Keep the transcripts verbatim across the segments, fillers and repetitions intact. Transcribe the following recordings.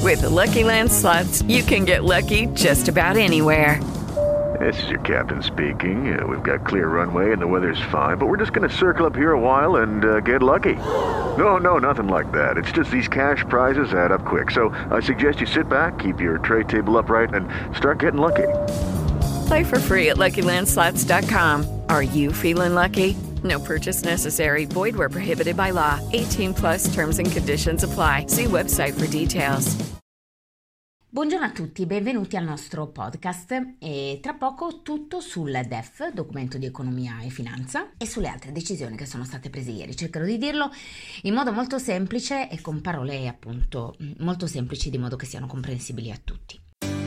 With the Lucky Land Slots, you can get lucky just about anywhere. This is your captain speaking. Uh, we've got clear runway and the weather's fine, but we're just going to circle up here a while and uh, get lucky. No, no, nothing like that. It's just these cash prizes add up quick. So I suggest you sit back, keep your tray table upright, and start getting lucky. Play for free at Lucky Land Slots dot com. Are you feeling lucky? No purchase necessary. Void where prohibited by law. eighteen plus terms and conditions apply. See website for details. Buongiorno a tutti, benvenuti al nostro podcast e tra poco tutto sul D E F, documento di economia e finanza, e sulle altre decisioni che sono state prese ieri. Cercherò di dirlo in modo molto semplice e con parole appunto molto semplici, di modo che siano comprensibili a tutti.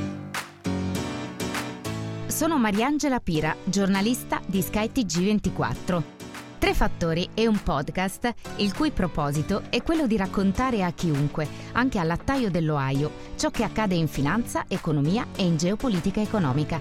Sono Mariangela Pira, giornalista di skyTG ventiquattro. Tre fattori è un podcast il cui proposito è quello di raccontare a chiunque, anche al lattaio dell'Ohio, ciò che accade in finanza, economia e in geopolitica economica.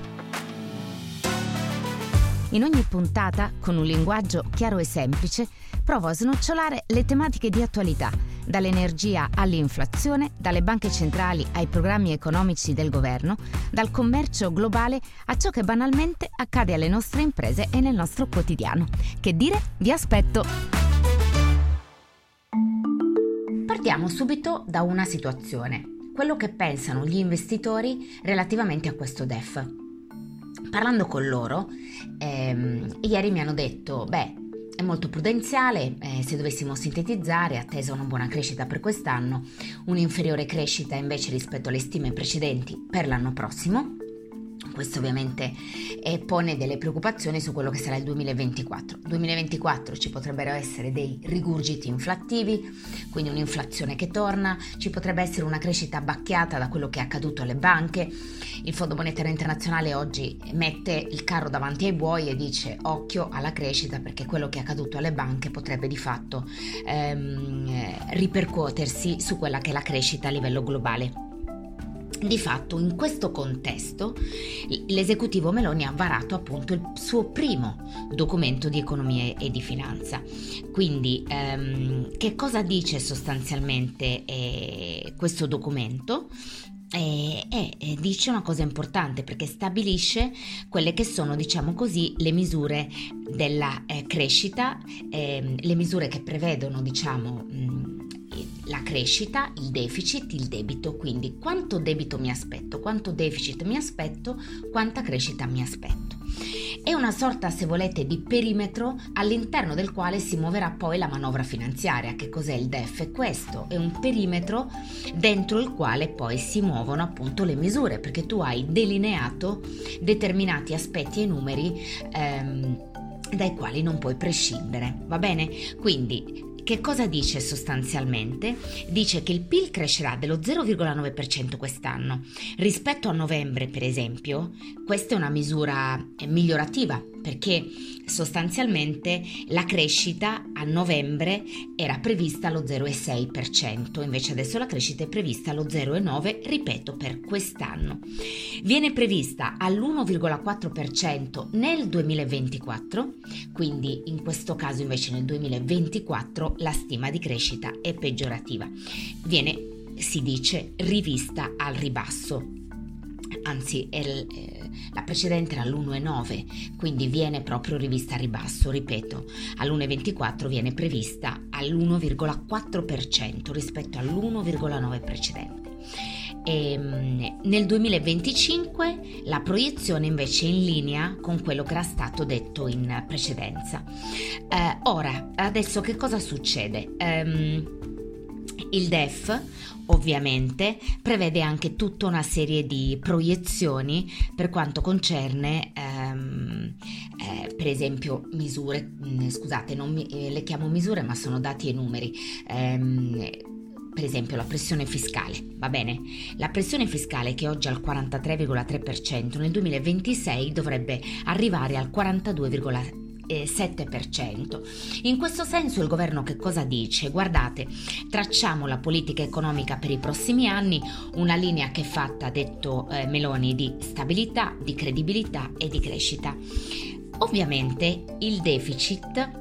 In ogni puntata, con un linguaggio chiaro e semplice, provo a snocciolare le tematiche di attualità, dall'energia all'inflazione, dalle banche centrali ai programmi economici del governo, dal commercio globale a ciò che banalmente accade alle nostre imprese e nel nostro quotidiano. Che dire? Vi aspetto! Partiamo subito da una situazione, quello che pensano gli investitori relativamente a questo D E F. Parlando con loro, ehm, ieri mi hanno detto, beh, è molto prudenziale, eh, se dovessimo sintetizzare, attesa una buona crescita per quest'anno, un'inferiore crescita invece rispetto alle stime precedenti per l'anno prossimo. Questo ovviamente eh, pone delle preoccupazioni su quello che sarà il duemilaventiquattro. duemilaventiquattro ci potrebbero essere dei rigurgiti inflattivi, quindi un'inflazione che torna, ci potrebbe essere una crescita abbacchiata da quello che è accaduto alle banche. Il Fondo Monetario Internazionale oggi mette il carro davanti ai buoi e dice occhio alla crescita, perché quello che è accaduto alle banche potrebbe di fatto ehm, ripercuotersi su quella che è la crescita a livello globale. Di fatto, in questo contesto, l'esecutivo Meloni ha varato appunto il suo primo documento di economia e di finanza. Quindi, ehm, che cosa dice sostanzialmente eh, questo documento? E, e, e dice una cosa importante, perché stabilisce quelle che sono, diciamo così, le misure della eh, crescita, eh, le misure che prevedono, diciamo, mh, la crescita, il deficit, il debito. Quindi quanto debito mi aspetto, quanto deficit mi aspetto, quanta crescita mi aspetto. È una sorta, se volete, di perimetro all'interno del quale si muoverà poi la manovra finanziaria. Che cos'è il D E F? Questo è un perimetro dentro il quale poi si muovono appunto le misure, perché tu hai delineato determinati aspetti e numeri ehm, dai quali non puoi prescindere, va bene? Quindi che cosa dice sostanzialmente? Dice che il P I L crescerà dello zero virgola nove per cento quest'anno. Rispetto a novembre, per esempio, questa è una misura migliorativa, perché sostanzialmente la crescita a novembre era prevista allo zero virgola sei per cento, invece adesso la crescita è prevista allo zero virgola nove per cento, ripeto, per quest'anno. Viene prevista all'uno virgola quattro per cento nel duemilaventiquattro, quindi in questo caso invece nel duemilaventiquattro la stima di crescita è peggiorativa. Viene, si dice, rivista al ribasso. Anzi, è, eh, la precedente era all'uno virgola nove, quindi viene proprio rivista a ribasso. Ripeto, all'uno virgola ventiquattro viene prevista all'uno virgola quattro per cento rispetto all'uno virgola nove precedente. E, nel duemilaventicinque la proiezione invece è in linea con quello che era stato detto in precedenza. Eh, ora, adesso che cosa succede? Um, il D E F ovviamente prevede anche tutta una serie di proiezioni per quanto concerne ehm, eh, per esempio misure, mh, scusate non mi, eh, le chiamo misure ma sono dati e numeri, ehm, per esempio la pressione fiscale, va bene? La pressione fiscale, che oggi è al quarantatré virgola tre per cento, nel duemilaventisei dovrebbe arrivare al quarantadue virgola sette per cento. In questo senso il governo che cosa dice? Guardate, tracciamo la politica economica per i prossimi anni, una linea che è fatta, detto eh, Meloni, di stabilità, di credibilità e di crescita. Ovviamente il deficit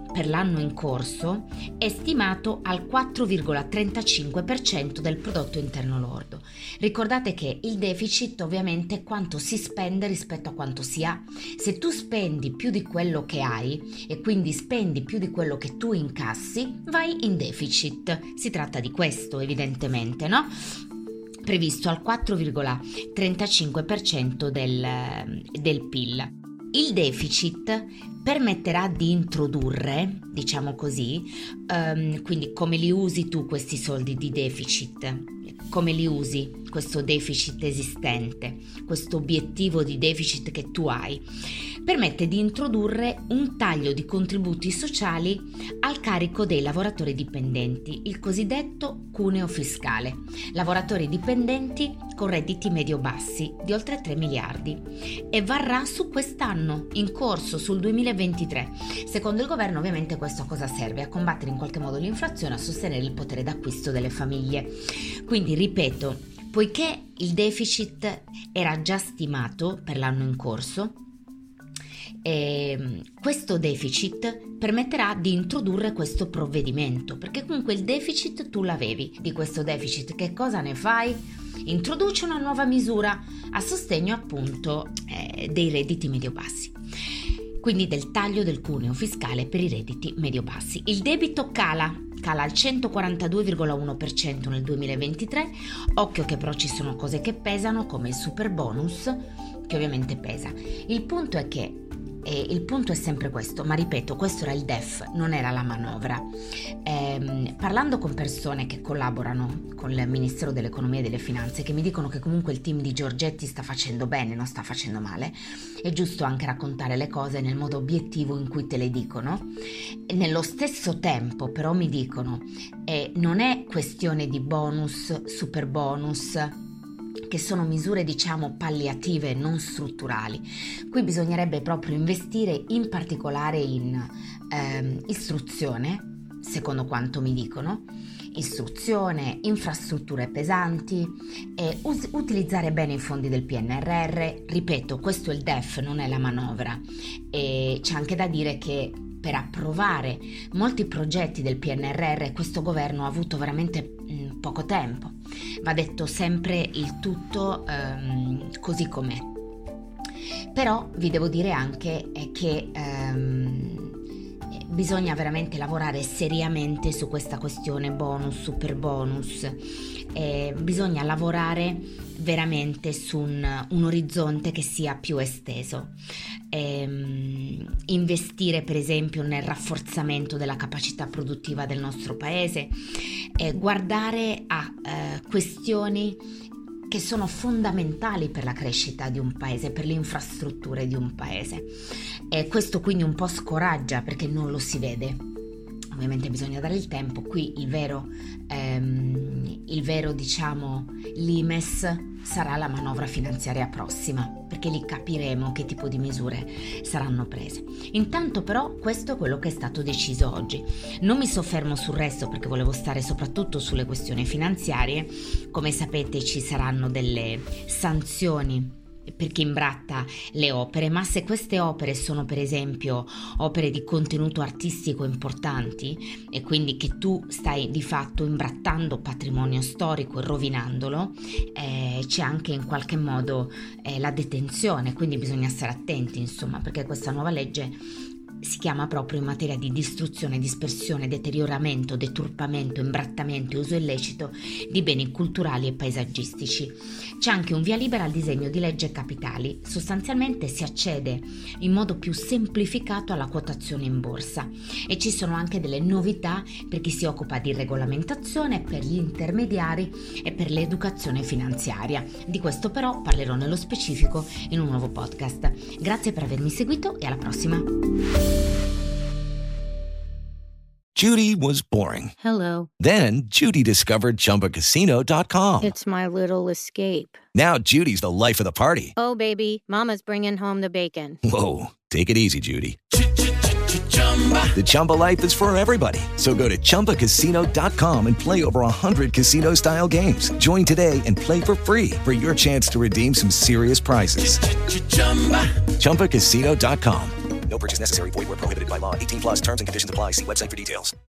per l'anno in corso è stimato al quattro virgola trentacinque per cento del prodotto interno lordo. Ricordate che il deficit ovviamente è quanto si spende rispetto a quanto si ha. Se tu spendi più di quello che hai e quindi spendi più di quello che tu incassi, vai in deficit. Si tratta di questo, evidentemente, no? Previsto al quattro virgola trentacinque per cento del, del P I L. Il deficit permetterà di introdurre, diciamo così, um, quindi come li usi tu questi soldi di deficit, come li usi questo deficit esistente, questo obiettivo di deficit che tu hai, permette di introdurre un taglio di contributi sociali al carico dei lavoratori dipendenti, il cosiddetto cuneo fiscale. Lavoratori dipendenti con redditi medio-bassi di oltre tre miliardi e varrà su quest'anno in corso, sul duemilaventitré. Secondo il governo ovviamente questo a cosa serve? A combattere in qualche modo l'inflazione, a sostenere il potere d'acquisto delle famiglie. Quindi ripeto, poiché il deficit era già stimato per l'anno in corso, E questo deficit permetterà di introdurre questo provvedimento, perché comunque il deficit tu l'avevi. Di questo deficit che cosa ne fai? Introduce una nuova misura a sostegno appunto eh, dei redditi medio-bassi, quindi del taglio del cuneo fiscale per i redditi medio-bassi. Il debito cala, cala al centoquarantadue virgola uno per cento nel duemilaventitré. Occhio che però ci sono cose che pesano, come il super bonus, che ovviamente pesa. Il punto è che E il punto è sempre questo, ma ripeto, questo era il D E F, non era la manovra. Ehm, parlando con persone che collaborano con il Ministero dell'Economia e delle Finanze, che mi dicono che comunque il team di Giorgetti sta facendo bene, non sta facendo male, è giusto anche raccontare le cose nel modo obiettivo in cui te le dicono. E nello stesso tempo però mi dicono, eh, non è questione di bonus, super bonus, che sono misure diciamo palliative, non strutturali. Qui bisognerebbe proprio investire in particolare in ehm, istruzione, secondo quanto mi dicono, istruzione, infrastrutture pesanti, e us- utilizzare bene i fondi del P N R R. Ripeto, questo è il D E F, non è la manovra, e c'è anche da dire che per approvare molti progetti del P N R R questo governo ha avuto veramente mh, poco tempo. Va detto sempre il tutto ehm, così com'è. Però vi devo dire anche eh, che ehm, bisogna veramente lavorare seriamente su questa questione bonus, super bonus. Eh, bisogna lavorare veramente su un, un orizzonte che sia più esteso. Eh, investire per esempio nel rafforzamento della capacità produttiva del nostro paese, eh, guardare a eh, questioni che sono fondamentali per la crescita di un paese, per le infrastrutture di un paese. E questo quindi un po' scoraggia perché non lo si vede. Ovviamente bisogna dare il tempo. Qui il vero, ehm, il vero diciamo l'I M E S sarà la manovra finanziaria prossima, perché lì capiremo che tipo di misure saranno prese. Intanto però questo è quello che è stato deciso oggi. Non mi soffermo sul resto perché volevo stare soprattutto sulle questioni finanziarie. Come sapete ci saranno delle sanzioni per chi imbratta le opere, ma se queste opere sono per esempio opere di contenuto artistico importanti e quindi che tu stai di fatto imbrattando patrimonio storico e rovinandolo, eh, c'è anche in qualche modo eh, la detenzione, quindi bisogna stare attenti insomma, perché questa nuova legge si chiama proprio in materia di distruzione, dispersione, deterioramento, deturpamento, imbrattamento e uso illecito di beni culturali e paesaggistici. C'è anche un via libera al disegno di legge capitali. Sostanzialmente si accede in modo più semplificato alla quotazione in borsa e ci sono anche delle novità per chi si occupa di regolamentazione, per gli intermediari e per l'educazione finanziaria. Di questo però parlerò nello specifico in un nuovo podcast. Grazie per avermi seguito e alla prossima. Judy was boring. Hello. Then Judy discovered Chumba Casino dot com. It's my little escape. Now Judy's the life of the party. Oh, baby, mama's bringing home the bacon. Whoa, take it easy, Judy. The Chumba life is for everybody. So go to Chumba Casino dot com and play over one hundred casino-style games. Join today and play for free for your chance to redeem some serious prizes. Chumba Casino dot com. No purchase necessary. Void where prohibited by law. eighteen plus terms and conditions apply. See website for details.